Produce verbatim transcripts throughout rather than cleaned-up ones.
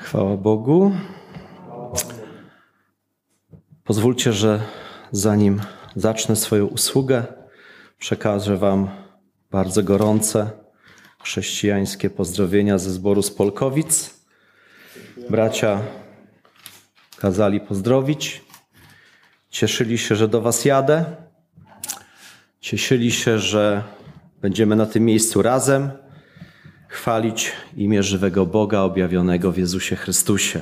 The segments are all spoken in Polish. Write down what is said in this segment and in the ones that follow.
Chwała Bogu. Pozwólcie, że zanim zacznę swoją usługę, przekażę Wam bardzo gorące chrześcijańskie pozdrowienia ze zboru z Polkowic. Bracia kazali pozdrowić. Cieszyli się, że do Was jadę. Cieszyli się, że będziemy na tym miejscu razem chwalić imię żywego Boga objawionego w Jezusie Chrystusie.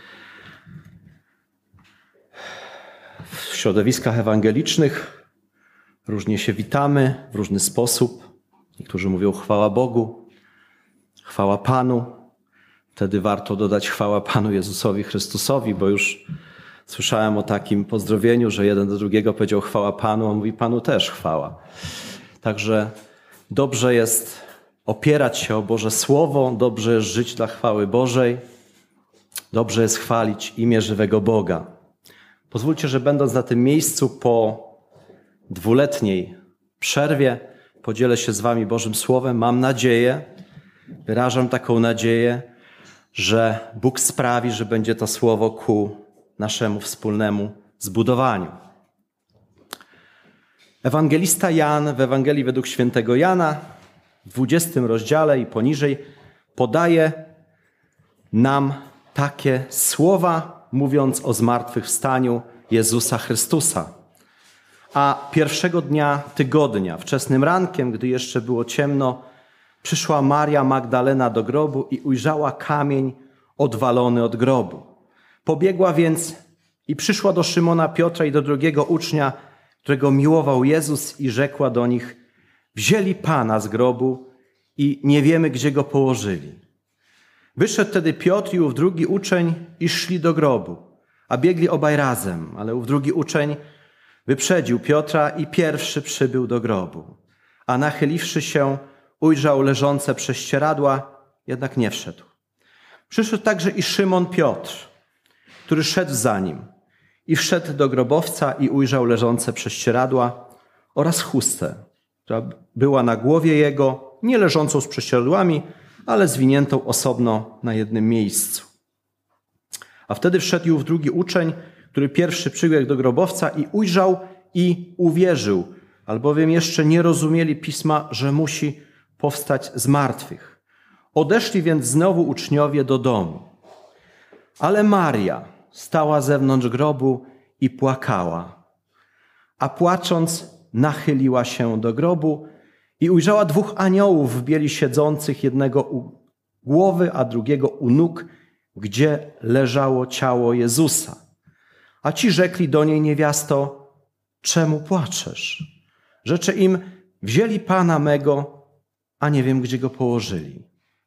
W środowiskach ewangelicznych różnie się witamy, w różny sposób. Niektórzy mówią chwała Bogu, chwała Panu. Wtedy warto dodać chwała Panu Jezusowi Chrystusowi, bo już słyszałem o takim pozdrowieniu, że jeden do drugiego powiedział chwała Panu, a mówi Panu też chwała. Także dobrze jest opierać się o Boże Słowo, dobrze jest żyć dla chwały Bożej, dobrze jest chwalić imię żywego Boga. Pozwólcie, że będąc na tym miejscu po dwuletniej przerwie podzielę się z Wami Bożym Słowem. Mam nadzieję, wyrażam taką nadzieję, że Bóg sprawi, że będzie to Słowo ku naszemu wspólnemu zbudowaniu. Ewangelista Jan w Ewangelii według świętego Jana w dwudziestym rozdziale i poniżej podaje nam takie słowa, mówiąc o zmartwychwstaniu Jezusa Chrystusa. A pierwszego dnia tygodnia, wczesnym rankiem, gdy jeszcze było ciemno, przyszła Maria Magdalena do grobu i ujrzała kamień odwalony od grobu. Pobiegła więc i przyszła do Szymona Piotra i do drugiego ucznia, którego miłował Jezus, i rzekła do nich: wzięli Pana z grobu i nie wiemy, gdzie go położyli. Wyszedł wtedy Piotr i ów drugi uczeń i szli do grobu, a biegli obaj razem, ale ów drugi uczeń wyprzedził Piotra i pierwszy przybył do grobu. A nachyliwszy się, ujrzał leżące prześcieradła, jednak nie wszedł. Przyszedł także i Szymon Piotr, który szedł za nim, i wszedł do grobowca i ujrzał leżące prześcieradła oraz chustę, która była na głowie jego, nie leżącą z prześcieradłami, ale zwiniętą osobno na jednym miejscu. A wtedy wszedł i ów drugi uczeń, który pierwszy przybiegł do grobowca i ujrzał i uwierzył, albowiem jeszcze nie rozumieli pisma, że musi powstać z martwych. Odeszli więc znowu uczniowie do domu. Ale Maria stała zewnątrz grobu i płakała, a płacząc nachyliła się do grobu i ujrzała dwóch aniołów w bieli siedzących, jednego u głowy, a drugiego u nóg, gdzie leżało ciało Jezusa. A ci rzekli do niej: niewiasto, czemu płaczesz? Rzecze im: wzięli Pana mego, a nie wiem, gdzie go położyli.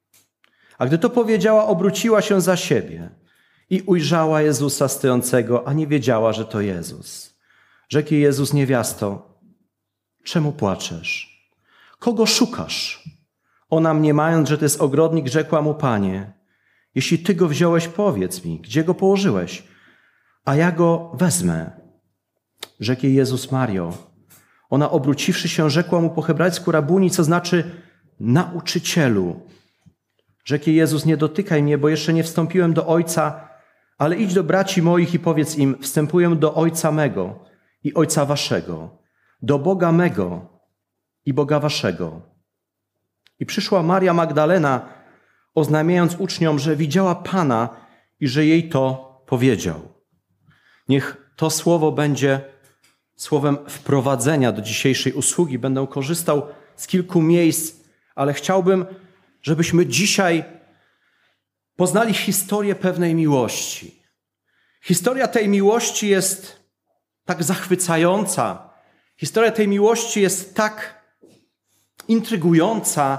A gdy to powiedziała, obróciła się za siebie i ujrzała Jezusa stojącego, a nie wiedziała, że to Jezus. Rzekł jej Jezus: niewiasto, czemu płaczesz? Kogo szukasz? Ona, mniemając, że to jest ogrodnik, rzekła mu: Panie, jeśli Ty go wziąłeś, powiedz mi, gdzie go położyłeś, a ja go wezmę. Rzekł jej Jezus: Mario. Ona, obróciwszy się, rzekła mu po hebrajsku rabuni, co znaczy nauczycielu. Rzekł jej Jezus: nie dotykaj mnie, bo jeszcze nie wstąpiłem do Ojca, ale idź do braci moich i powiedz im: wstępuję do Ojca mego i Ojca waszego, do Boga mego i Boga waszego. I przyszła Maria Magdalena, oznajmiając uczniom, że widziała Pana i że jej to powiedział. Niech to słowo będzie słowem wprowadzenia do dzisiejszej usługi. Będę korzystał z kilku miejsc, ale chciałbym, żebyśmy dzisiaj poznali historię pewnej miłości. Historia tej miłości jest tak zachwycająca. Historia tej miłości jest tak intrygująca,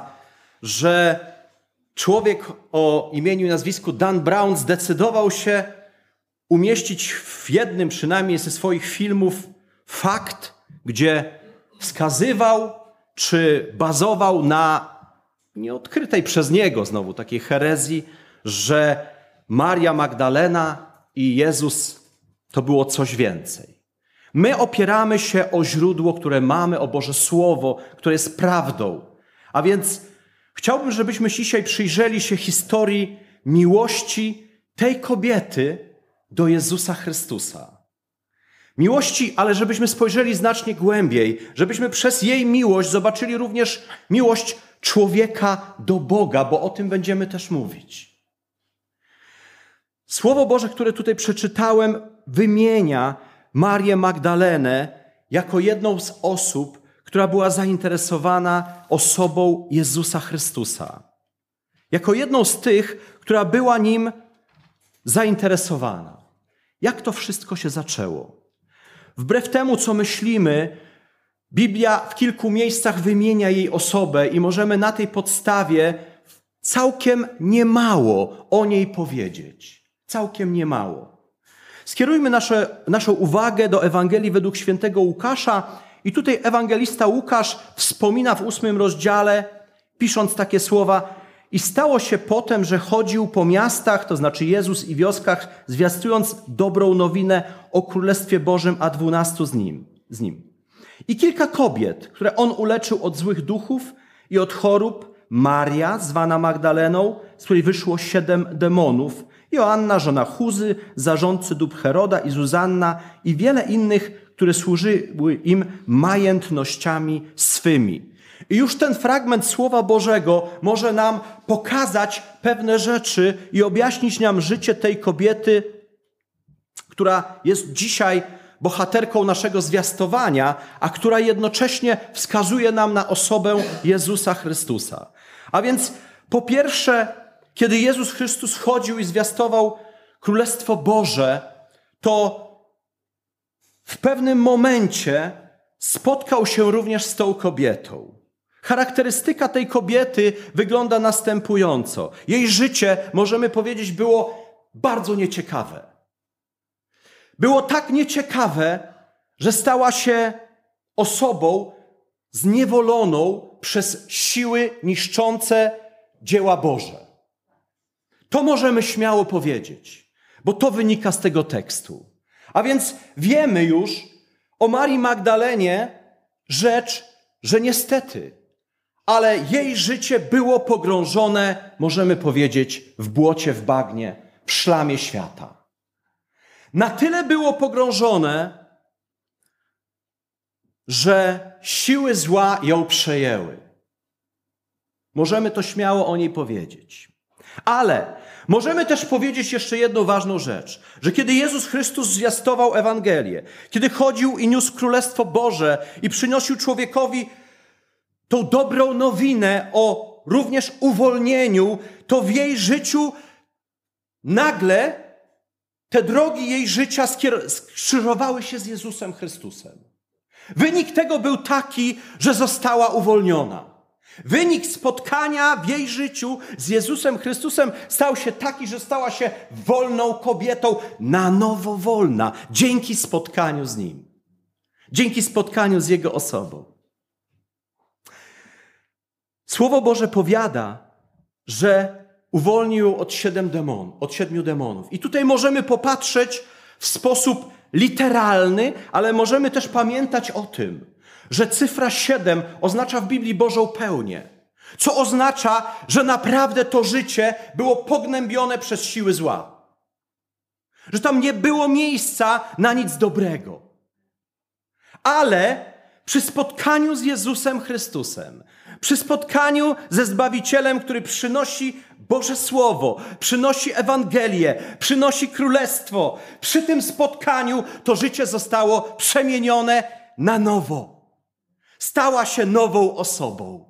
że człowiek o imieniu i nazwisku Dan Brown zdecydował się umieścić w jednym przynajmniej ze swoich filmów fakt, gdzie wskazywał czy bazował na nieodkrytej przez niego znowu takiej herezji, że Maria Magdalena i Jezus to było coś więcej. My opieramy się o źródło, które mamy, o Boże Słowo, które jest prawdą. A więc chciałbym, żebyśmy dzisiaj przyjrzeli się historii miłości tej kobiety do Jezusa Chrystusa. Miłości, ale żebyśmy spojrzeli znacznie głębiej, żebyśmy przez jej miłość zobaczyli również miłość człowieka do Boga, bo o tym będziemy też mówić. Słowo Boże, które tutaj przeczytałem, wymienia Marię Magdalenę jako jedną z osób, która była zainteresowana osobą Jezusa Chrystusa. Jako jedną z tych, która była nim zainteresowana. Jak to wszystko się zaczęło? Wbrew temu, co myślimy, Biblia w kilku miejscach wymienia jej osobę i możemy na tej podstawie całkiem niemało o niej powiedzieć. Całkiem niemało. Skierujmy nasze, naszą uwagę do Ewangelii według świętego Łukasza i tutaj ewangelista Łukasz wspomina w ósmym rozdziale, pisząc takie słowa: i stało się potem, że chodził po miastach, to znaczy Jezus, i wioskach, zwiastując dobrą nowinę o Królestwie Bożym, a dwunastu z nim. Z nim. I kilka kobiet, które on uleczył od złych duchów i od chorób: Maria, zwana Magdaleną, z której wyszło siedem demonów, Joanna, żona Chuzy, zarządcy dóbr Heroda, i Zuzanna, i wiele innych, które służyły im majętnościami swymi. I już ten fragment Słowa Bożego może nam pokazać pewne rzeczy i objaśnić nam życie tej kobiety, która jest dzisiaj bohaterką naszego zwiastowania, a która jednocześnie wskazuje nam na osobę Jezusa Chrystusa. A więc po pierwsze, kiedy Jezus Chrystus chodził i zwiastował Królestwo Boże, to w pewnym momencie spotkał się również z tą kobietą. Charakterystyka tej kobiety wygląda następująco. Jej życie, możemy powiedzieć, było bardzo nieciekawe. Było tak nieciekawe, że stała się osobą zniewoloną przez siły niszczące dzieła Boże. To możemy śmiało powiedzieć, bo to wynika z tego tekstu. A więc wiemy już o Marii Magdalenie rzecz, że niestety, ale jej życie było pogrążone, możemy powiedzieć, w błocie, w bagnie, w szlamie świata. Na tyle było pogrążone, że siły zła ją przejęły. Możemy to śmiało o niej powiedzieć. Ale możemy też powiedzieć jeszcze jedną ważną rzecz, że kiedy Jezus Chrystus zwiastował Ewangelię, kiedy chodził i niósł Królestwo Boże i przynosił człowiekowi tą dobrą nowinę o również uwolnieniu, to w jej życiu nagle te drogi jej życia skrzyżowały się z Jezusem Chrystusem. Wynik tego był taki, że została uwolniona. Wynik spotkania w jej życiu z Jezusem Chrystusem stał się taki, że stała się wolną kobietą, na nowo wolna, dzięki spotkaniu z Nim. Dzięki spotkaniu z Jego osobą. Słowo Boże powiada, że uwolnił ją od, siedem demon, od siedmiu demonów. I tutaj możemy popatrzeć w sposób literalny, ale możemy też pamiętać o tym, że cyfra siedem oznacza w Biblii Bożą pełnię. Co oznacza, że naprawdę to życie było pognębione przez siły zła. Że tam nie było miejsca na nic dobrego. Ale przy spotkaniu z Jezusem Chrystusem, przy spotkaniu ze Zbawicielem, który przynosi Boże Słowo, przynosi Ewangelię, przynosi Królestwo, przy tym spotkaniu to życie zostało przemienione na nowo. Stała się nową osobą.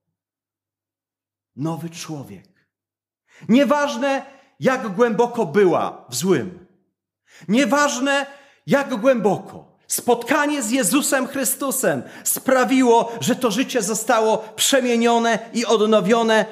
Nowy człowiek. Nieważne, jak głęboko była w złym. Nieważne, jak głęboko. Spotkanie z Jezusem Chrystusem sprawiło, że to życie zostało przemienione i odnowione.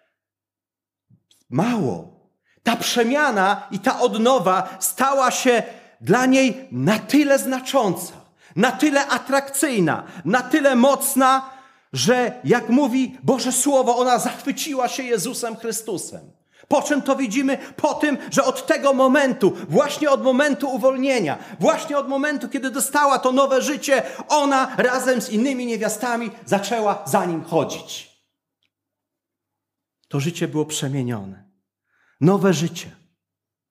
Mało. Ta przemiana i ta odnowa stała się dla niej na tyle znacząca, na tyle atrakcyjna, na tyle mocna, że jak mówi Boże Słowo, ona zachwyciła się Jezusem Chrystusem. Po czym to widzimy? Po tym, że od tego momentu, właśnie od momentu uwolnienia, właśnie od momentu, kiedy dostała to nowe życie, ona razem z innymi niewiastami zaczęła za nim chodzić. To życie było przemienione. Nowe życie.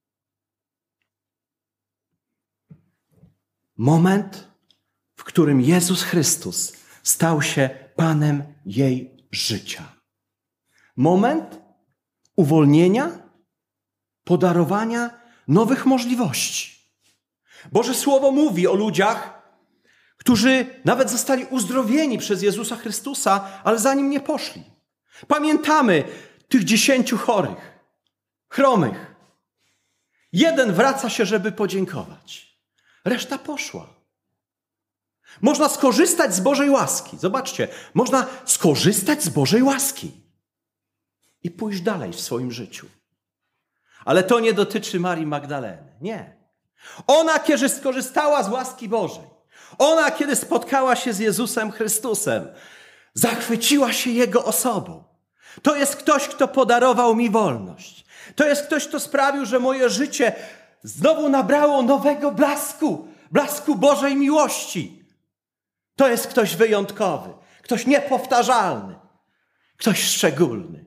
Moment, w którym Jezus Chrystus stał się Panem jej życia. Moment uwolnienia, podarowania nowych możliwości. Boże Słowo mówi o ludziach, którzy nawet zostali uzdrowieni przez Jezusa Chrystusa, ale za Nim nie poszli. Pamiętamy tych dziesięciu chorych, chromych. Jeden wraca się, żeby podziękować. Reszta poszła. Można skorzystać z Bożej łaski. Zobaczcie, można skorzystać z Bożej łaski i pójść dalej w swoim życiu. Ale to nie dotyczy Marii Magdaleny. Nie. Ona, kiedy skorzystała z łaski Bożej, ona, kiedy spotkała się z Jezusem Chrystusem, zachwyciła się Jego osobą. To jest ktoś, kto podarował mi wolność. To jest ktoś, kto sprawił, że moje życie znowu nabrało nowego blasku, blasku Bożej miłości. To jest ktoś wyjątkowy, ktoś niepowtarzalny, ktoś szczególny.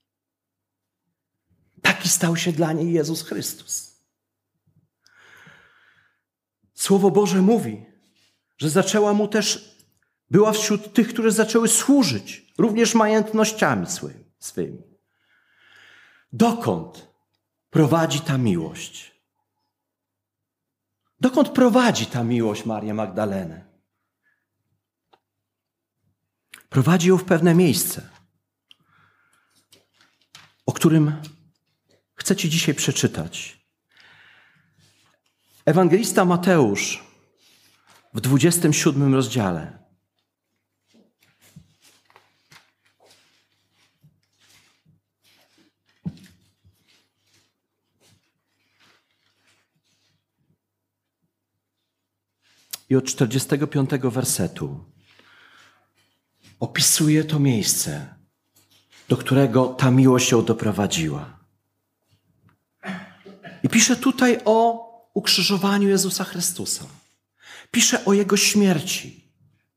Taki stał się dla niej Jezus Chrystus. Słowo Boże mówi, że zaczęła mu też, była wśród tych, które zaczęły służyć, również majątnościami swymi. Dokąd prowadzi ta miłość? Dokąd prowadzi ta miłość Marię Magdalenę? Prowadzi ją w pewne miejsce, o którym chcę ci dzisiaj przeczytać. Ewangelista Mateusz w dwudziestym siódmym rozdziale. I od czterdziestego piątego wersetu opisuje to miejsce, do którego ta miłość ją doprowadziła. I pisze tutaj o ukrzyżowaniu Jezusa Chrystusa. Pisze o Jego śmierci.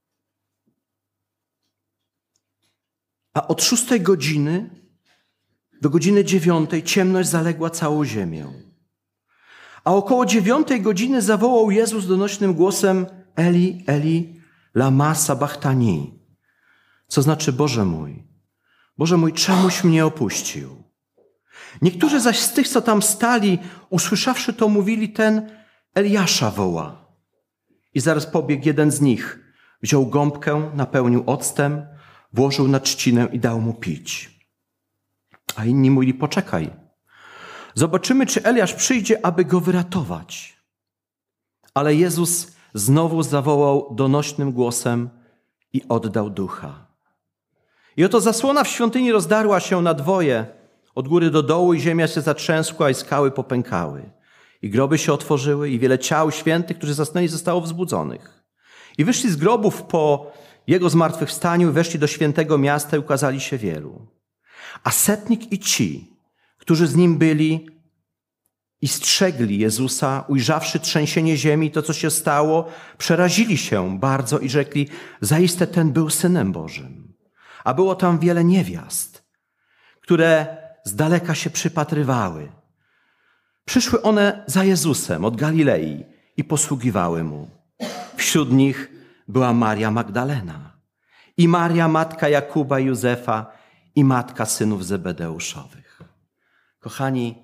A od szóstej godziny do godziny dziewiątej ciemność zaległa całą ziemię. A około dziewiątej godziny zawołał Jezus donośnym głosem: Eli, Eli, lama sabachthani. Co znaczy: Boże mój, Boże mój, czemuś mnie opuścił? Niektórzy zaś z tych, co tam stali, usłyszawszy to, mówili: ten Eliasza woła. I zaraz pobiegł jeden z nich, wziął gąbkę, napełnił octem, włożył na trzcinę i dał mu pić. A inni mówili: poczekaj, zobaczymy, czy Eliasz przyjdzie, aby go wyratować. Ale Jezus znowu zawołał donośnym głosem i oddał ducha. I oto zasłona w świątyni rozdarła się na dwoje, od góry do dołu, i ziemia się zatrzęsła i skały popękały. I groby się otworzyły i wiele ciał świętych, którzy zasnęli, zostało wzbudzonych. I wyszli z grobów po Jego zmartwychwstaniu, weszli do świętego miasta i ukazali się wielu. A setnik i ci, którzy z Nim byli i strzegli Jezusa, ujrzawszy trzęsienie ziemi i to, co się stało, przerazili się bardzo i rzekli: zaiste ten był Synem Bożym. A było tam wiele niewiast, które z daleka się przypatrywały. Przyszły one za Jezusem od Galilei i posługiwały Mu. Wśród nich była Maria Magdalena i Maria, matka Jakuba i Józefa, i matka synów Zebedeuszowych. Kochani,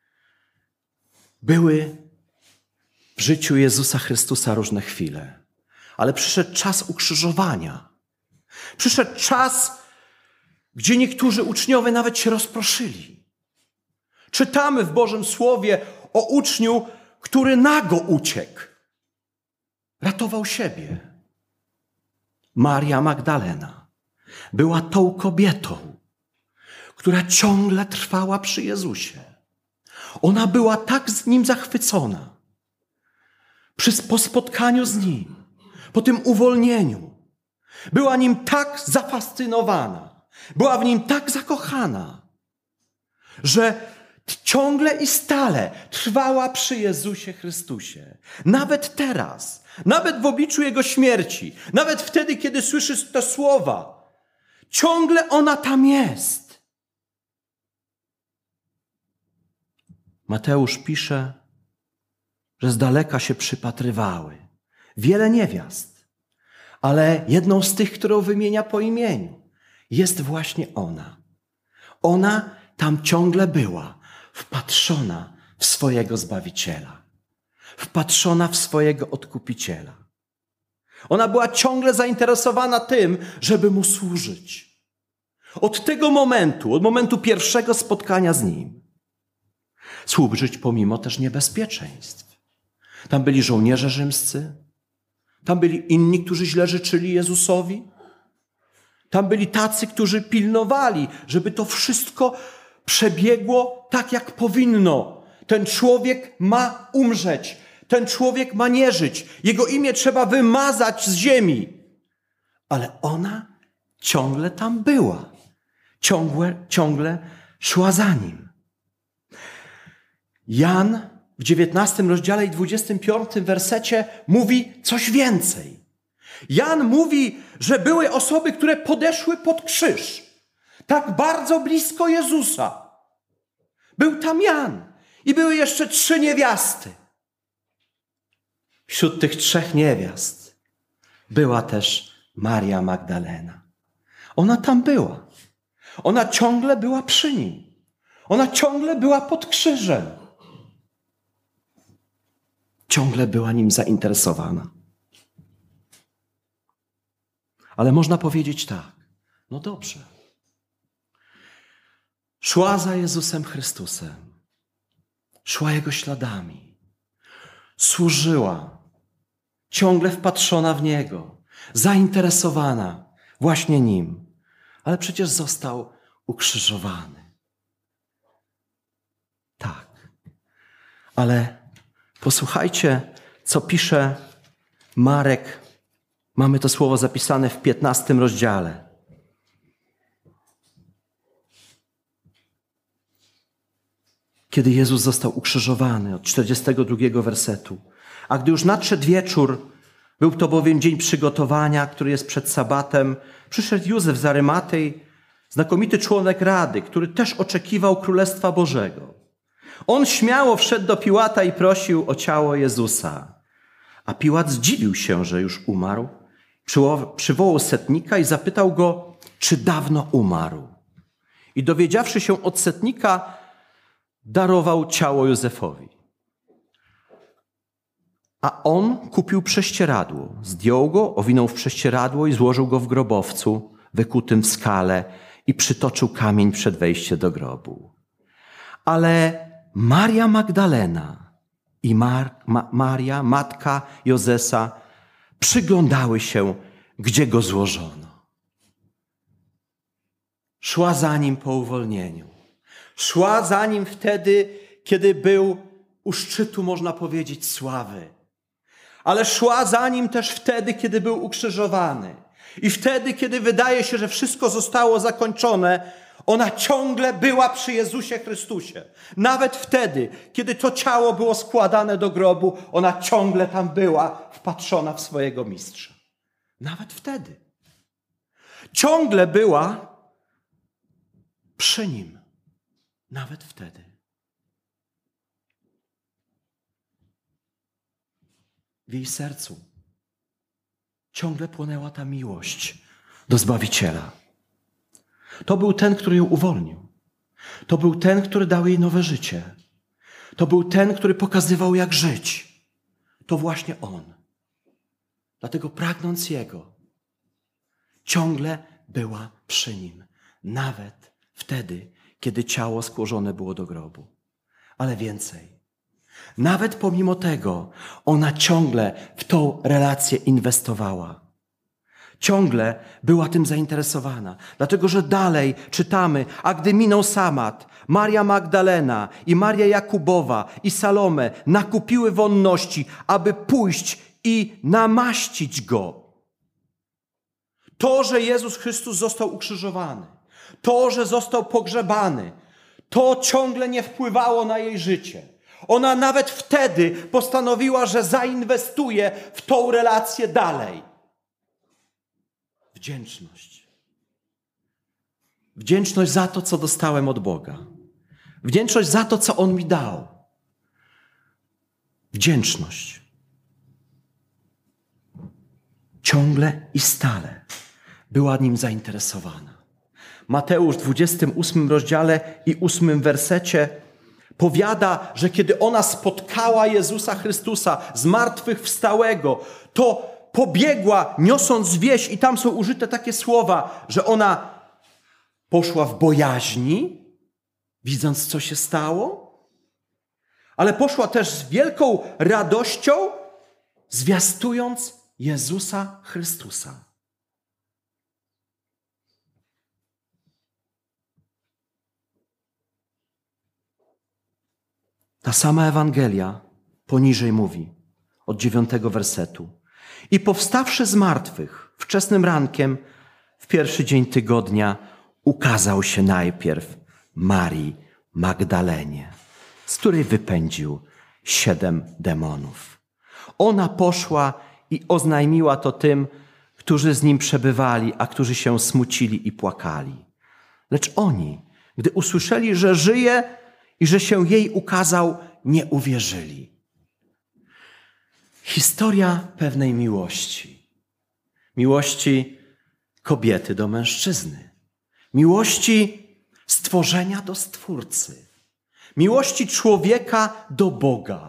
były w życiu Jezusa Chrystusa różne chwile, ale przyszedł czas ukrzyżowania. Przyszedł czas, gdzie niektórzy uczniowie nawet się rozproszyli. Czytamy w Bożym Słowie o uczniu, który nago uciekł. Ratował siebie. Maria Magdalena była tą kobietą, która ciągle trwała przy Jezusie. Ona była tak z Nim zachwycona. Przy, po spotkaniu z Nim, po tym uwolnieniu, była Nim tak zafascynowana, była w Nim tak zakochana, że ciągle i stale trwała przy Jezusie Chrystusie. Nawet teraz, nawet w obliczu Jego śmierci, nawet wtedy, kiedy słyszysz te słowa, ciągle ona tam jest. Mateusz pisze, że z daleka się przypatrywały. wiele niewiast, ale jedną z tych, którą wymienia po imieniu, jest właśnie ona. Ona tam ciągle była, wpatrzona w swojego Zbawiciela, wpatrzona w swojego Odkupiciela. Ona była ciągle zainteresowana tym, żeby Mu służyć. Od tego momentu, od momentu pierwszego spotkania z Nim, służyć pomimo też niebezpieczeństw. Tam byli żołnierze rzymscy, tam byli inni, którzy źle życzyli Jezusowi, tam byli tacy, którzy pilnowali, żeby to wszystko przebiegło tak, jak powinno. Ten człowiek ma umrzeć, ten człowiek ma nie żyć, jego imię trzeba wymazać z ziemi. Ale ona ciągle tam była, ciągle, ciągle szła za nim. Jan w dziewiętnastym rozdziale i dwudziestym piątym wersecie mówi coś więcej. Jan mówi, że były osoby, które podeszły pod krzyż, tak bardzo blisko Jezusa. Był tam Jan i były jeszcze trzy niewiasty. Wśród tych trzech niewiast była też Maria Magdalena. Ona tam była. Ona ciągle była przy nim. Ona ciągle była pod krzyżem. Ciągle była nim zainteresowana. Ale można powiedzieć tak, no dobrze. Szła za Jezusem Chrystusem. Szła Jego śladami. Służyła. Ciągle wpatrzona w Niego. Zainteresowana właśnie Nim. Ale przecież został ukrzyżowany. Tak. Ale posłuchajcie, co pisze Marek. Mamy to słowo zapisane w piętnastym rozdziale. Kiedy Jezus został ukrzyżowany, od czterdziestego drugiego wersetu. A gdy już nadszedł wieczór, był to bowiem dzień przygotowania, który jest przed sabatem, przyszedł Józef z Arymatej, znakomity członek Rady, który też oczekiwał Królestwa Bożego. On śmiało wszedł do Piłata i prosił o ciało Jezusa. A Piłat zdziwił się, że już umarł. Przywołał setnika i zapytał go, czy dawno umarł. I dowiedziawszy się od setnika, darował ciało Józefowi. A on kupił prześcieradło, zdjął go, owinął w prześcieradło i złożył go w grobowcu, wykutym w skale i przytoczył kamień przed wejściem do grobu. Ale Maria Magdalena i Mar- Ma- Maria, matka Jozesa, przyglądały się, gdzie go złożono. Szła za nim po uwolnieniu. Szła za nim wtedy, kiedy był u szczytu, można powiedzieć, sławy. Ale szła za nim też wtedy, kiedy był ukrzyżowany. I wtedy, kiedy wydaje się, że wszystko zostało zakończone, ona ciągle była przy Jezusie Chrystusie. Nawet wtedy, kiedy to ciało było składane do grobu, ona ciągle tam była, wpatrzona w swojego mistrza. Nawet wtedy. Ciągle była przy nim. Nawet wtedy. W jej sercu ciągle płonęła ta miłość do Zbawiciela. To był ten, który ją uwolnił. To był ten, który dał jej nowe życie. To był ten, który pokazywał, jak żyć. To właśnie On. Dlatego pragnąc Jego, ciągle była przy Nim. Nawet wtedy, kiedy ciało skłożone było do grobu. Ale więcej. Nawet pomimo tego, ona ciągle w tą relację inwestowała. Ciągle była tym zainteresowana. Dlatego, że dalej czytamy, a gdy minął sabat, Maria Magdalena i Maria Jakubowa i Salome nakupiły wonności, aby pójść i namaścić Go. To, że Jezus Chrystus został ukrzyżowany, to, że został pogrzebany, to ciągle nie wpływało na jej życie. Ona nawet wtedy postanowiła, że zainwestuje w tą relację dalej. Wdzięczność. Wdzięczność za to, co dostałem od Boga. Wdzięczność za to, co On mi dał. Wdzięczność. ciągle i stale była nim zainteresowana. Mateusz w dwudziestym ósmym rozdziale i ósmym wersecie powiada, że kiedy ona spotkała Jezusa Chrystusa zmartwychwstałego, to pobiegła, niosąc wieść, i tam są użyte takie słowa, że ona poszła w bojaźni, widząc, co się stało, ale poszła też z wielką radością, zwiastując Jezusa Chrystusa. Ta sama Ewangelia poniżej mówi, od dziewiątego wersetu. I powstawszy z martwych, wczesnym rankiem, w pierwszy dzień tygodnia, ukazał się najpierw Marii Magdalenie, z której wypędził siedem demonów. Ona poszła i oznajmiła to tym, którzy z nim przebywali, a którzy się smucili i płakali. Lecz oni, gdy usłyszeli, że żyje i że się jej ukazał, nie uwierzyli. Historia pewnej miłości. Miłości kobiety do mężczyzny. Miłości stworzenia do Stwórcy. Miłości człowieka do Boga.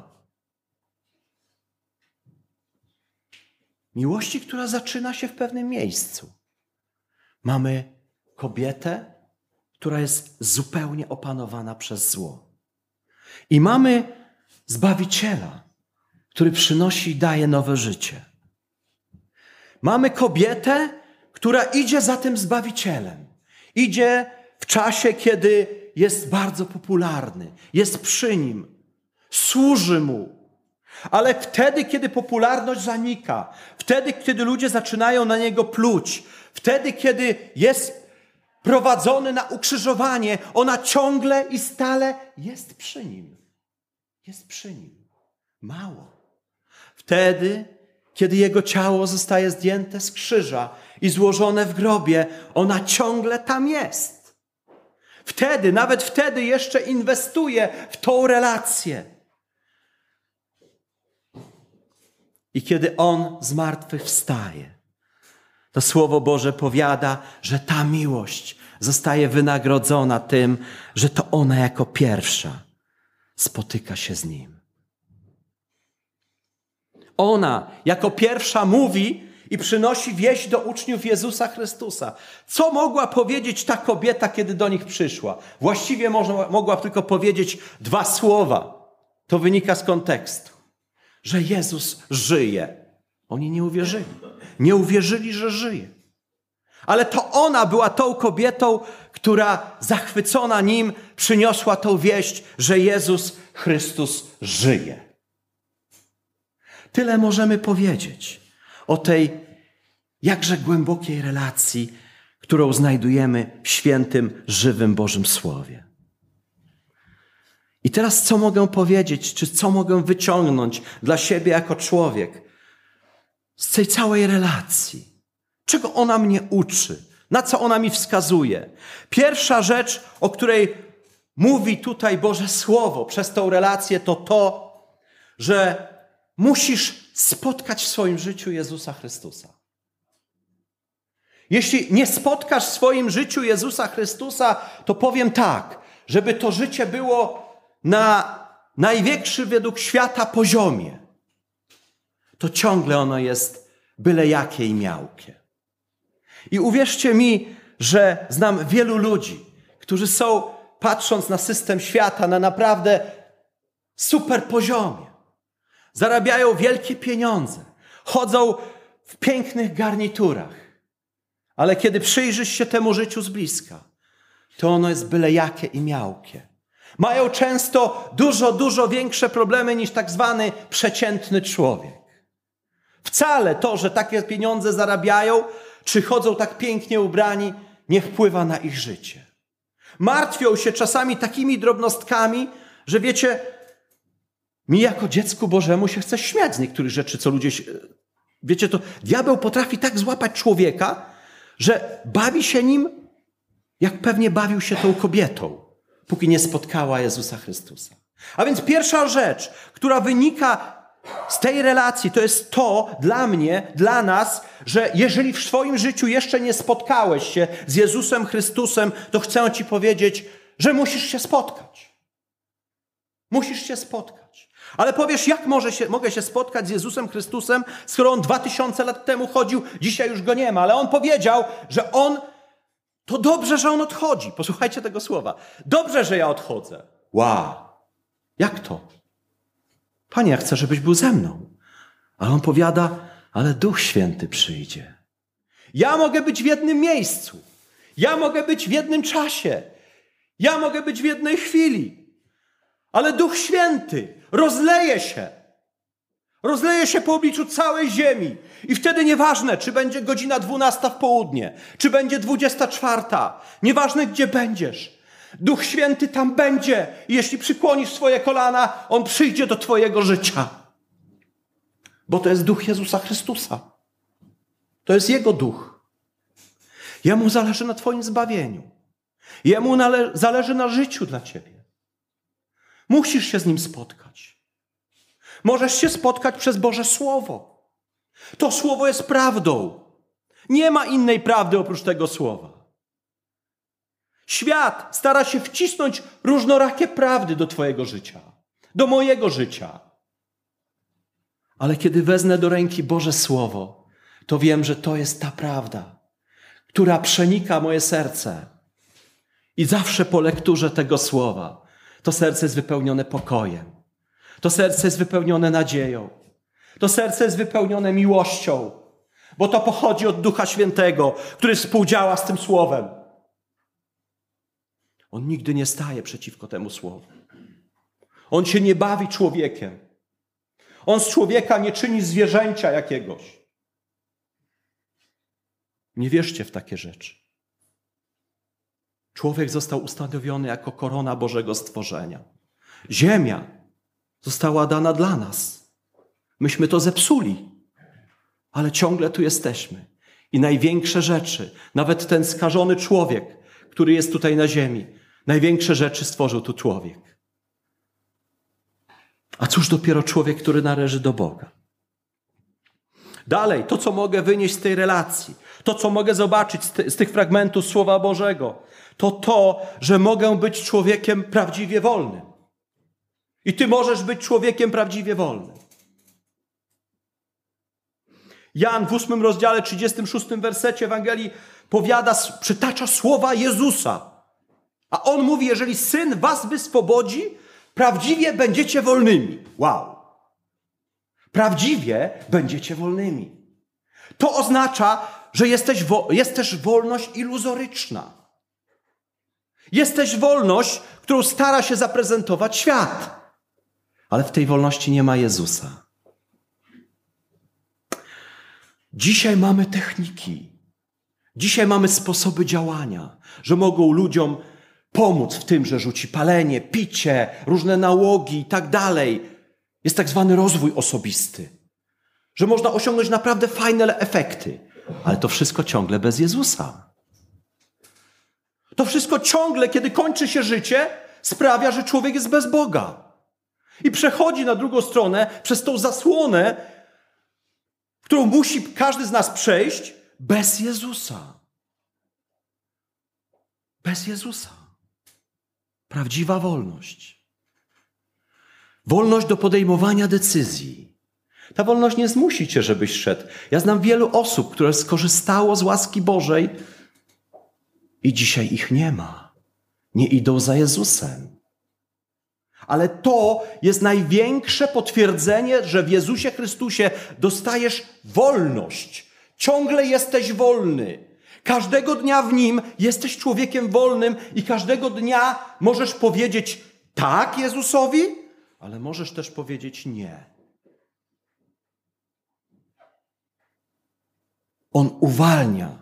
Miłości, która zaczyna się w pewnym miejscu. Mamy kobietę, która jest zupełnie opanowana przez zło. I mamy Zbawiciela, który przynosi i daje nowe życie. Mamy kobietę, która idzie za tym Zbawicielem. Idzie w czasie, kiedy jest bardzo popularny, jest przy nim, służy mu. Ale wtedy, kiedy popularność zanika, wtedy, kiedy ludzie zaczynają na niego pluć, wtedy, kiedy jest prowadzony na ukrzyżowanie, ona ciągle i stale jest przy nim. Jest przy nim. Mało. Wtedy, kiedy jego ciało zostaje zdjęte z krzyża i złożone w grobie, ona ciągle tam jest. Wtedy, nawet wtedy jeszcze inwestuje w tą relację. I kiedy on z martwych wstaje, to Słowo Boże powiada, że ta miłość zostaje wynagrodzona tym, że to ona jako pierwsza spotyka się z nim. Ona jako pierwsza mówi i przynosi wieść do uczniów Jezusa Chrystusa. Co mogła powiedzieć ta kobieta, kiedy do nich przyszła? Właściwie można, mogła tylko powiedzieć dwa słowa. To wynika z kontekstu. Że Jezus żyje. Oni nie uwierzyli. Nie uwierzyli, że żyje. Ale to ona była tą kobietą, która zachwycona nim przyniosła tą wieść, że Jezus Chrystus żyje. Tyle możemy powiedzieć o tej jakże głębokiej relacji, którą znajdujemy w świętym, żywym Bożym Słowie. I teraz co mogę powiedzieć, czy co mogę wyciągnąć dla siebie jako człowiek z tej całej relacji? Czego ona mnie uczy? Na co ona mi wskazuje? Pierwsza rzecz, o której mówi tutaj Boże Słowo przez tą relację, to to, że musisz spotkać w swoim życiu Jezusa Chrystusa. Jeśli nie spotkasz w swoim życiu Jezusa Chrystusa, to powiem tak, żeby to życie było na największy według świata poziomie, to ciągle ono jest byle jakie i miałkie. I uwierzcie mi, że znam wielu ludzi, którzy są, patrząc na system świata, na naprawdę super poziomie. Zarabiają wielkie pieniądze, chodzą w pięknych garniturach, ale kiedy przyjrzysz się temu życiu z bliska, to ono jest byle jakie i miałkie. Mają często dużo, dużo większe problemy niż tak zwany przeciętny człowiek. Wcale to, że takie pieniądze zarabiają, czy chodzą tak pięknie ubrani, nie wpływa na ich życie. Martwią się czasami takimi drobnostkami, że wiecie, mi jako dziecku Bożemu się chce śmiać z niektórych rzeczy, co ludzie... Wiecie, to diabeł potrafi tak złapać człowieka, że bawi się nim, jak pewnie bawił się tą kobietą, póki nie spotkała Jezusa Chrystusa. A więc pierwsza rzecz, która wynika z tej relacji to jest to dla mnie, dla nas, że jeżeli w swoim życiu jeszcze nie spotkałeś się z Jezusem Chrystusem, to chcę ci powiedzieć, że musisz się spotkać. Musisz się spotkać. Ale powiesz, jak może się, mogę się spotkać z Jezusem Chrystusem, skoro On dwa tysiące lat temu chodził, dzisiaj już Go nie ma. Ale On powiedział, że On, to dobrze, że On odchodzi. Posłuchajcie tego słowa. Dobrze, że ja odchodzę. Wow. Jak to? Panie, ja chcę, żebyś był ze mną. Ale On powiada, ale Duch Święty przyjdzie. Ja mogę być w jednym miejscu. Ja mogę być w jednym czasie. Ja mogę być w jednej chwili. Ale Duch Święty rozleje się. Rozleje się po obliczu całej ziemi. I wtedy nieważne, czy będzie godzina dwunasta w południe, czy będzie dwudziesta czwarta. Nieważne, gdzie będziesz. Duch Święty tam będzie. I jeśli przykłonisz swoje kolana, On przyjdzie do twojego życia. Bo to jest Duch Jezusa Chrystusa. To jest Jego Duch. Jemu zależy na twoim zbawieniu. Jemu nale- zależy na życiu dla ciebie. Musisz się z Nim spotkać. Możesz się spotkać przez Boże Słowo. To Słowo jest prawdą. Nie ma innej prawdy oprócz tego Słowa. Świat stara się wcisnąć różnorakie prawdy do twojego życia, do mojego życia. Ale kiedy wezmę do ręki Boże Słowo, to wiem, że to jest ta prawda, która przenika moje serce. I zawsze po lekturze tego Słowa to serce jest wypełnione pokojem. To serce jest wypełnione nadzieją. To serce jest wypełnione miłością, bo to pochodzi od Ducha Świętego, który współdziała z tym Słowem. On nigdy nie staje przeciwko temu Słowu. On się nie bawi człowiekiem. On z człowieka nie czyni zwierzęcia jakiegoś. Nie wierzcie w takie rzeczy. Człowiek został ustanowiony jako korona Bożego stworzenia. Ziemia została dana dla nas. Myśmy to zepsuli, ale ciągle tu jesteśmy. I największe rzeczy, nawet ten skażony człowiek, który jest tutaj na ziemi, największe rzeczy stworzył tu człowiek. A cóż dopiero człowiek, który należy do Boga. Dalej, to co mogę wynieść z tej relacji, to co mogę zobaczyć z, ty, z tych fragmentów Słowa Bożego, to to, że mogę być człowiekiem prawdziwie wolnym. I ty możesz być człowiekiem prawdziwie wolnym. Jan w ósmym rozdziale, trzydziestym szóstym wersecie Ewangelii powiada, przytacza słowa Jezusa. A On mówi, jeżeli Syn was wyswobodzi, prawdziwie będziecie wolnymi. Wow. Prawdziwie będziecie wolnymi. To oznacza, że jesteś wo- jest też wolność iluzoryczna. Jest też wolność, którą stara się zaprezentować świat. Ale w tej wolności nie ma Jezusa. Dzisiaj mamy techniki. Dzisiaj mamy sposoby działania, że mogą ludziom pomóc w tym, że rzuci palenie, picie, różne nałogi i tak dalej. Jest tak zwany rozwój osobisty. Że można osiągnąć naprawdę fajne efekty. Ale to wszystko ciągle bez Jezusa. To wszystko ciągle, kiedy kończy się życie, sprawia, że człowiek jest bez Boga. I przechodzi na drugą stronę przez tą zasłonę, którą musi każdy z nas przejść bez Jezusa. Bez Jezusa. Prawdziwa wolność. Wolność do podejmowania decyzji. Ta wolność nie zmusi cię, żebyś szedł. Ja znam wielu osób, które skorzystało z łaski Bożej i dzisiaj ich nie ma. Nie idą za Jezusem. Ale to jest największe potwierdzenie, że w Jezusie Chrystusie dostajesz wolność. Ciągle jesteś wolny. Każdego dnia w Nim jesteś człowiekiem wolnym i każdego dnia możesz powiedzieć tak Jezusowi, ale możesz też powiedzieć nie. On uwalnia.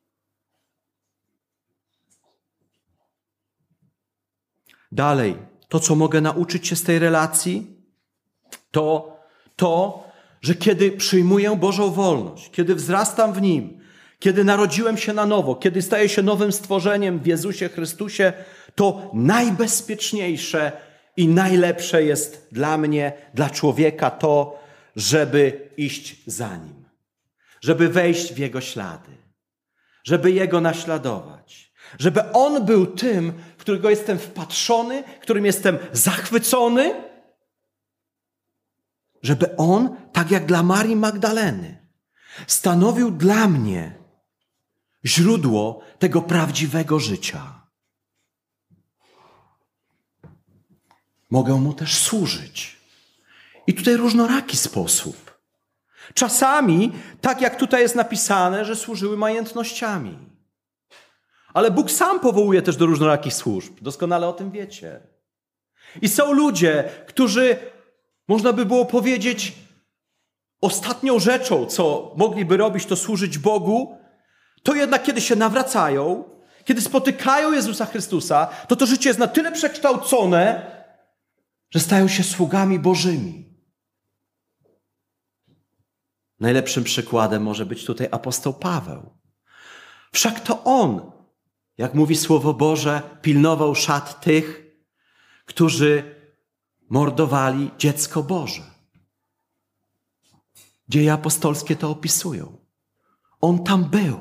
Dalej, to co mogę nauczyć się z tej relacji, to to, że kiedy przyjmuję Bożą wolność, kiedy wzrastam w Nim, kiedy narodziłem się na nowo, kiedy staję się nowym stworzeniem w Jezusie Chrystusie, to najbezpieczniejsze i najlepsze jest dla mnie, dla człowieka to, żeby iść za Nim, żeby wejść w Jego ślady, żeby Jego naśladować, żeby On był tym, w którego jestem wpatrzony, którym jestem zachwycony, żeby On, tak jak dla Marii Magdaleny, stanowił dla mnie źródło tego prawdziwego życia. Mogę Mu też służyć. I tutaj różnoraki sposób. Czasami, tak jak tutaj jest napisane, że służyły majątnościami. Ale Bóg sam powołuje też do różnorakich służb. Doskonale o tym wiecie. I są ludzie, którzy, można by było powiedzieć, ostatnią rzeczą, co mogliby robić, to służyć Bogu, to jednak kiedy się nawracają, kiedy spotykają Jezusa Chrystusa, to to życie jest na tyle przekształcone, że stają się sługami Bożymi. Najlepszym przykładem może być tutaj apostoł Paweł. Wszak to on, jak mówi Słowo Boże, pilnował szat tych, którzy mordowali dziecko Boże. Dzieje apostolskie to opisują. On tam był.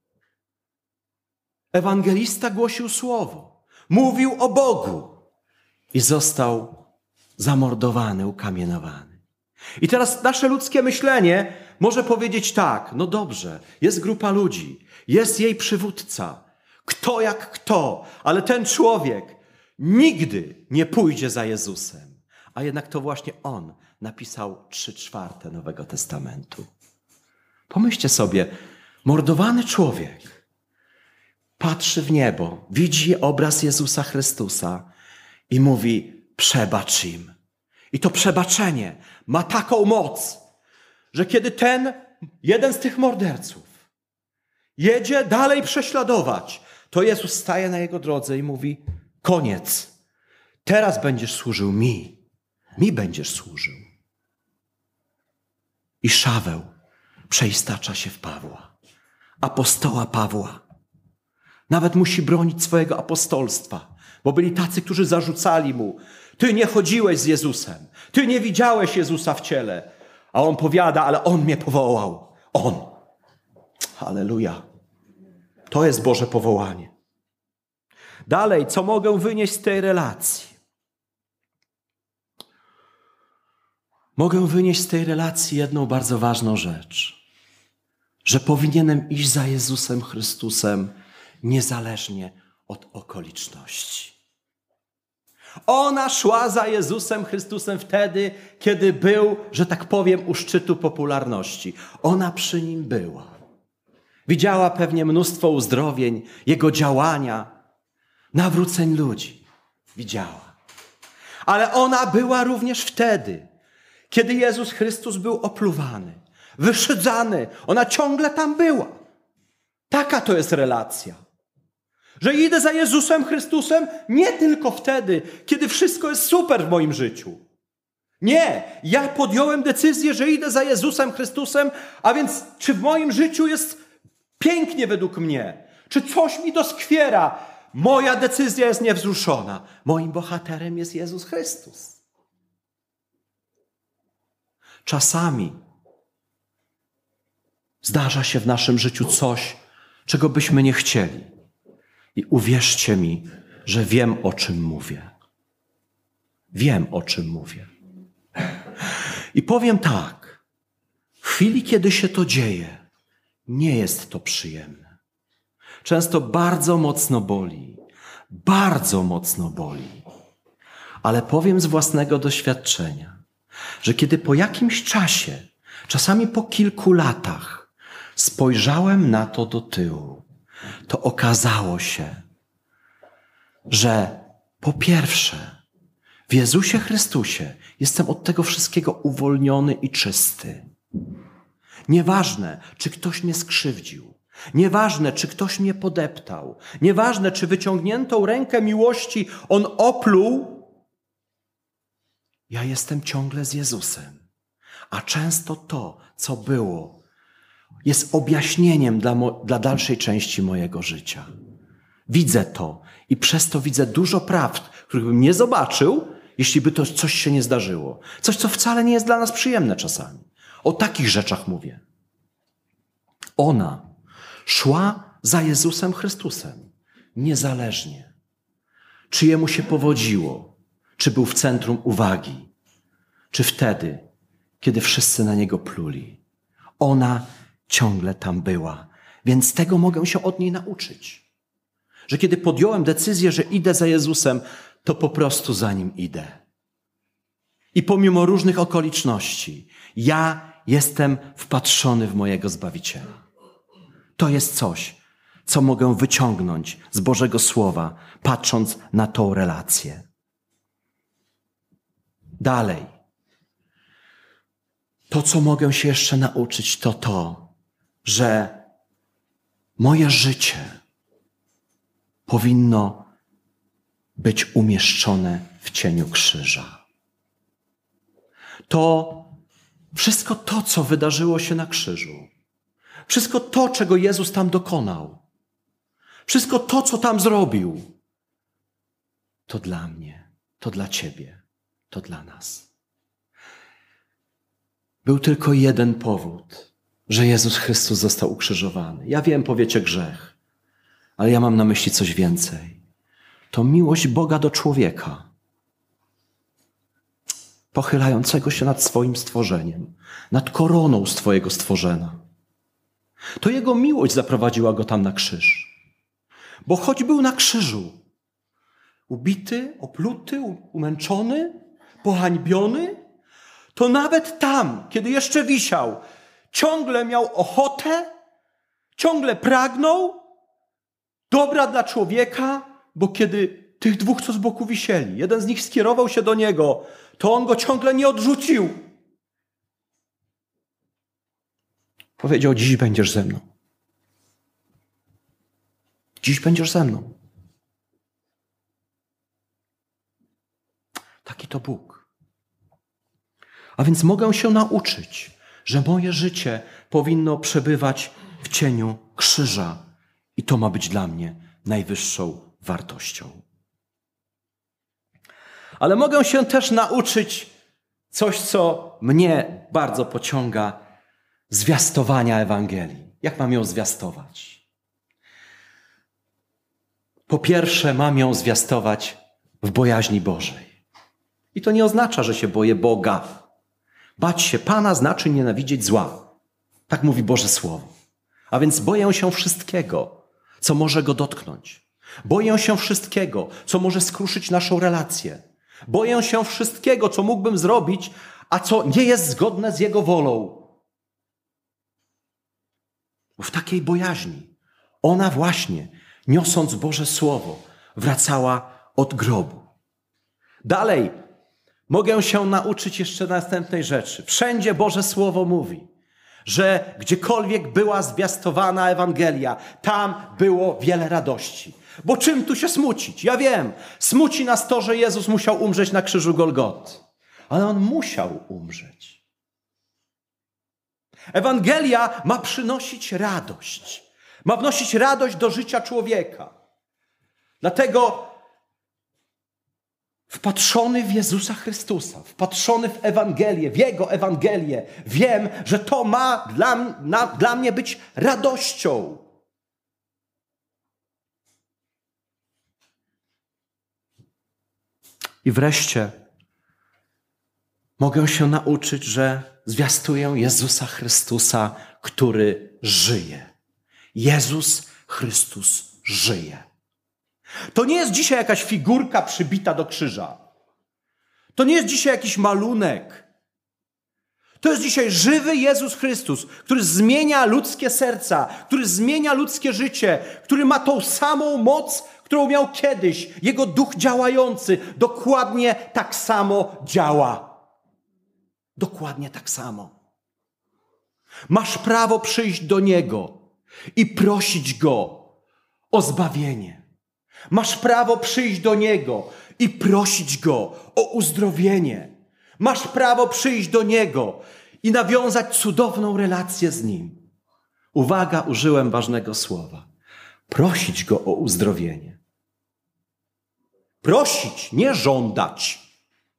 Ewangelista głosił Słowo. Mówił o Bogu. I został zamordowany, ukamienowany. I teraz nasze ludzkie myślenie może powiedzieć tak, no dobrze, jest grupa ludzi, jest jej przywódca, kto jak kto, ale ten człowiek nigdy nie pójdzie za Jezusem. A jednak to właśnie on napisał trzy czwarte Nowego Testamentu. Pomyślcie sobie, mordowany człowiek patrzy w niebo, widzi obraz Jezusa Chrystusa i mówi, przebacz im. I to przebaczenie ma taką moc, że kiedy ten, jeden z tych morderców jedzie dalej prześladować, to Jezus staje na jego drodze i mówi, koniec. Teraz będziesz służył mi. Mi będziesz służył. I Szaweł przeistacza się w Pawła. Apostoła Pawła. Nawet musi bronić swojego apostolstwa, bo byli tacy, którzy zarzucali mu, ty nie chodziłeś z Jezusem, ty nie widziałeś Jezusa w ciele. A on powiada, ale On mnie powołał. On. Halleluja. To jest Boże powołanie. Dalej, co mogę wynieść z tej relacji? Mogę wynieść z tej relacji jedną bardzo ważną rzecz. Że powinienem iść za Jezusem Chrystusem niezależnie od okoliczności. Ona szła za Jezusem Chrystusem wtedy, kiedy był, że tak powiem, u szczytu popularności. Ona przy Nim była. Widziała pewnie mnóstwo uzdrowień, Jego działania, nawróceń ludzi. Widziała. Ale ona była również wtedy, kiedy Jezus Chrystus był opluwany, wyszydzany. Ona ciągle tam była. Taka to jest relacja. Że idę za Jezusem Chrystusem nie tylko wtedy, kiedy wszystko jest super w moim życiu. Nie, ja podjąłem decyzję, że idę za Jezusem Chrystusem, a więc czy w moim życiu jest pięknie według mnie? Czy coś mi doskwiera? Moja decyzja jest niewzruszona. Moim bohaterem jest Jezus Chrystus. Czasami zdarza się w naszym życiu coś, czego byśmy nie chcieli. I uwierzcie mi, że wiem, o czym mówię. Wiem, o czym mówię. I powiem tak. W chwili, kiedy się to dzieje, nie jest to przyjemne. Często bardzo mocno boli. Bardzo mocno boli. Ale powiem z własnego doświadczenia, że kiedy po jakimś czasie, czasami po kilku latach, spojrzałem na to do tyłu, to okazało się, że po pierwsze w Jezusie Chrystusie jestem od tego wszystkiego uwolniony i czysty. Nieważne, czy ktoś mnie skrzywdził, nieważne, czy ktoś mnie podeptał, nieważne, czy wyciągniętą rękę miłości on opluł, ja jestem ciągle z Jezusem. A często to, co było, jest objaśnieniem dla, mo- dla dalszej części mojego życia. Widzę to i przez to widzę dużo prawd, których bym nie zobaczył, jeśli by to coś się nie zdarzyło. Coś, co wcale nie jest dla nas przyjemne czasami. O takich rzeczach mówię. Ona szła za Jezusem Chrystusem, niezależnie, czy jemu się powodziło, czy był w centrum uwagi, czy wtedy, kiedy wszyscy na niego pluli. Ona ciągle tam była, więc tego mogę się od niej nauczyć. Że kiedy podjąłem decyzję, że idę za Jezusem, to po prostu za Nim idę. I pomimo różnych okoliczności, ja jestem wpatrzony w mojego Zbawiciela. To jest coś, co mogę wyciągnąć z Bożego Słowa, patrząc na tą relację. Dalej. To, co mogę się jeszcze nauczyć, to to, że moje życie powinno być umieszczone w cieniu krzyża. To wszystko to, co wydarzyło się na krzyżu, wszystko to, czego Jezus tam dokonał, wszystko to, co tam zrobił, to dla mnie, to dla ciebie, to dla nas. Był tylko jeden powód, że Jezus Chrystus został ukrzyżowany. Ja wiem, powiecie grzech, ale ja mam na myśli coś więcej. To miłość Boga do człowieka, pochylającego się nad swoim stworzeniem, nad koroną swojego stworzenia. To Jego miłość zaprowadziła Go tam na krzyż. Bo choć był na krzyżu, ubity, opluty, umęczony, pohańbiony, to nawet tam, kiedy jeszcze wisiał, ciągle miał ochotę, ciągle pragnął dobra dla człowieka, bo kiedy tych dwóch, co z boku wisieli, jeden z nich skierował się do Niego, to On go ciągle nie odrzucił. Powiedział, dziś będziesz ze mną. Dziś będziesz ze mną. Taki to Bóg. A więc mogę się nauczyć, że moje życie powinno przebywać w cieniu krzyża. I to ma być dla mnie najwyższą wartością. Ale mogę się też nauczyć coś, co mnie bardzo pociąga, zwiastowania Ewangelii. Jak mam ją zwiastować? Po pierwsze, mam ją zwiastować w bojaźni Bożej. I to nie oznacza, że się boję Boga. Bać się Pana znaczy nienawidzieć zła. Tak mówi Boże Słowo. A więc boję się wszystkiego, co może Go dotknąć. Boję się wszystkiego, co może skruszyć naszą relację. Boję się wszystkiego, co mógłbym zrobić, a co nie jest zgodne z Jego wolą. Bo w takiej bojaźni ona właśnie, niosąc Boże Słowo, wracała od grobu. Dalej, mogę się nauczyć jeszcze następnej rzeczy. Wszędzie Boże Słowo mówi, że gdziekolwiek była zwiastowana Ewangelia, tam było wiele radości. Bo czym tu się smucić? Ja wiem, smuci nas to, że Jezus musiał umrzeć na krzyżu Golgoty. Ale On musiał umrzeć. Ewangelia ma przynosić radość. Ma wnosić radość do życia człowieka. Dlatego wpatrzony w Jezusa Chrystusa, wpatrzony w Ewangelię, w Jego Ewangelię, wiem, że to ma dla, na, dla mnie być radością. I wreszcie mogę się nauczyć, że zwiastuję Jezusa Chrystusa, który żyje. Jezus Chrystus żyje. To nie jest dzisiaj jakaś figurka przybita do krzyża. To nie jest dzisiaj jakiś malunek. To jest dzisiaj żywy Jezus Chrystus, który zmienia ludzkie serca, który zmienia ludzkie życie, który ma tą samą moc, którą miał kiedyś. Jego duch działający dokładnie tak samo działa. Dokładnie tak samo. Masz prawo przyjść do Niego i prosić Go o zbawienie. Masz prawo przyjść do Niego i prosić Go o uzdrowienie. Masz prawo przyjść do Niego i nawiązać cudowną relację z Nim. Uwaga, użyłem ważnego słowa. Prosić Go o uzdrowienie. Prosić, nie żądać.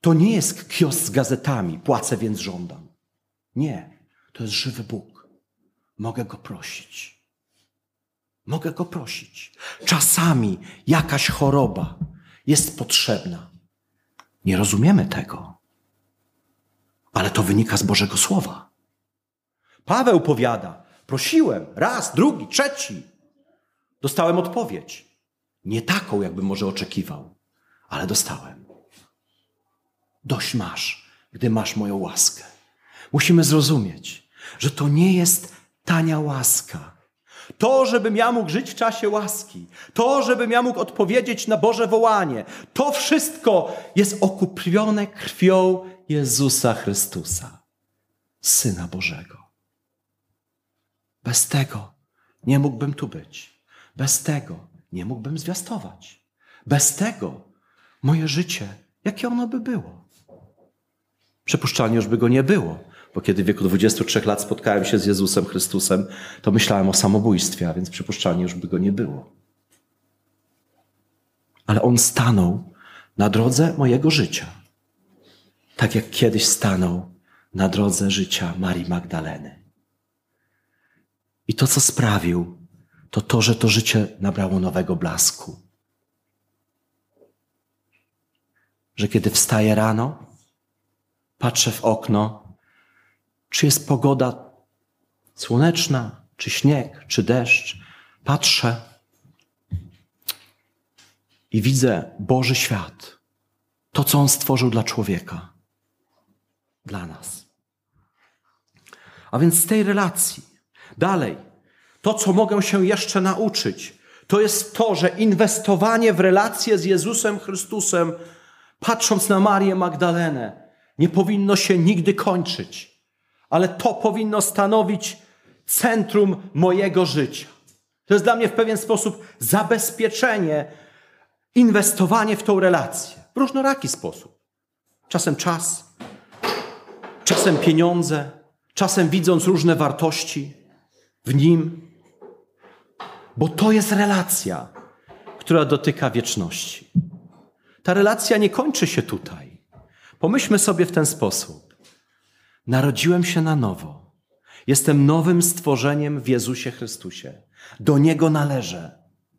To nie jest kiosk z gazetami, płacę więc żądam. Nie, to jest żywy Bóg. Mogę Go prosić. Mogę Go prosić. Czasami jakaś choroba jest potrzebna. Nie rozumiemy tego, ale to wynika z Bożego Słowa. Paweł powiada, prosiłem raz, drugi, trzeci. Dostałem odpowiedź. Nie taką, jakbym może oczekiwał, ale dostałem. Dość masz, gdy masz moją łaskę. Musimy zrozumieć, że to nie jest tania łaska. To, żebym ja mógł żyć w czasie łaski, to, żebym ja mógł odpowiedzieć na Boże wołanie, to wszystko jest okupione krwią Jezusa Chrystusa, Syna Bożego. Bez tego nie mógłbym tu być. Bez tego nie mógłbym zwiastować. Bez tego moje życie, jakie ono by było? Przypuszczalnie już by go nie było, bo kiedy w wieku dwudziestu trzech lat spotkałem się z Jezusem Chrystusem, to myślałem o samobójstwie, a więc przypuszczalnie już by go nie było. Ale On stanął na drodze mojego życia, tak jak kiedyś stanął na drodze życia Marii Magdaleny. I to, co sprawił, to to, że to życie nabrało nowego blasku. Że kiedy wstaję rano, patrzę w okno, czy jest pogoda słoneczna, czy śnieg, czy deszcz. Patrzę i widzę Boży świat. To, co On stworzył dla człowieka. Dla nas. A więc z tej relacji dalej, to, co mogę się jeszcze nauczyć, to jest to, że inwestowanie w relację z Jezusem Chrystusem, patrząc na Marię Magdalenę, nie powinno się nigdy kończyć, ale to powinno stanowić centrum mojego życia. To jest dla mnie w pewien sposób zabezpieczenie, inwestowanie w tą relację. W różnoraki sposób. Czasem czas, czasem pieniądze, czasem widząc różne wartości w Nim. Bo to jest relacja, która dotyka wieczności. Ta relacja nie kończy się tutaj. Pomyślmy sobie w ten sposób. Narodziłem się na nowo. Jestem nowym stworzeniem w Jezusie Chrystusie. Do Niego należę.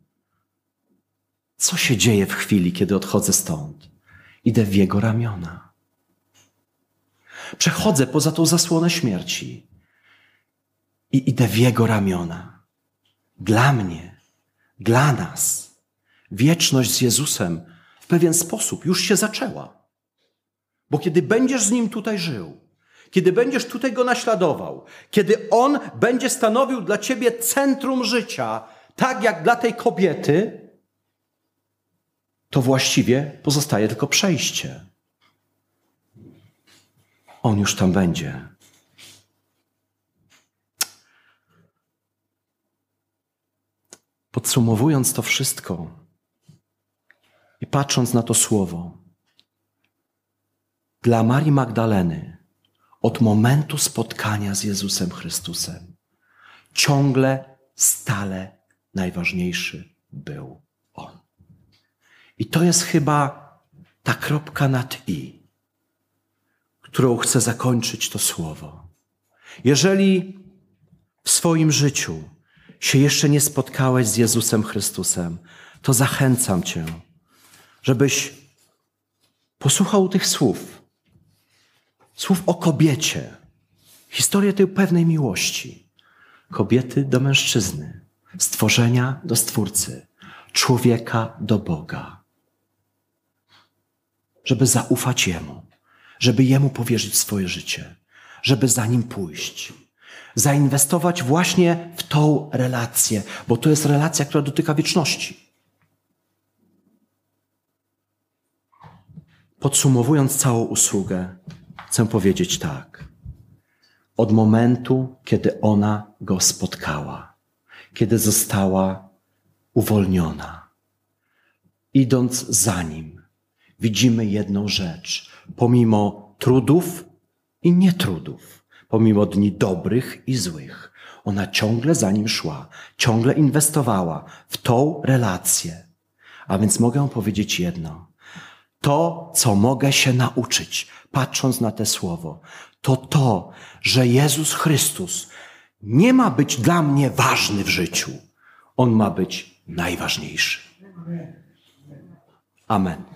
Co się dzieje w chwili, kiedy odchodzę stąd? Idę w Jego ramiona. Przechodzę poza tą zasłonę śmierci i idę w Jego ramiona. Dla mnie, dla nas, wieczność z Jezusem w pewien sposób już się zaczęła. Bo kiedy będziesz z Nim tutaj żył, kiedy będziesz tutaj Go naśladował, kiedy On będzie stanowił dla ciebie centrum życia, tak jak dla tej kobiety, to właściwie pozostaje tylko przejście. On już tam będzie. Podsumowując to wszystko i patrząc na to słowo, dla Marii Magdaleny od momentu spotkania z Jezusem Chrystusem ciągle, stale najważniejszy był On. I to jest chyba ta kropka nad i, którą chcę zakończyć to słowo. Jeżeli w swoim życiu się jeszcze nie spotkałeś z Jezusem Chrystusem, to zachęcam cię, żebyś posłuchał tych słów. Słów o kobiecie. Historię tej pewnej miłości. Kobiety do mężczyzny. Stworzenia do Stwórcy. Człowieka do Boga. Żeby zaufać Jemu. Żeby Jemu powierzyć swoje życie. Żeby za Nim pójść. Zainwestować właśnie w tą relację. Bo to jest relacja, która dotyka wieczności. Podsumowując całą usługę, chcę powiedzieć tak. Od momentu, kiedy ona Go spotkała, kiedy została uwolniona, idąc za Nim, widzimy jedną rzecz. Pomimo trudów i nietrudów, pomimo dni dobrych i złych, ona ciągle za Nim szła, ciągle inwestowała w tą relację. A więc mogę powiedzieć jedno. To, co mogę się nauczyć, patrząc na to słowo, to to, że Jezus Chrystus nie ma być dla mnie ważny w życiu. On ma być najważniejszy. Amen.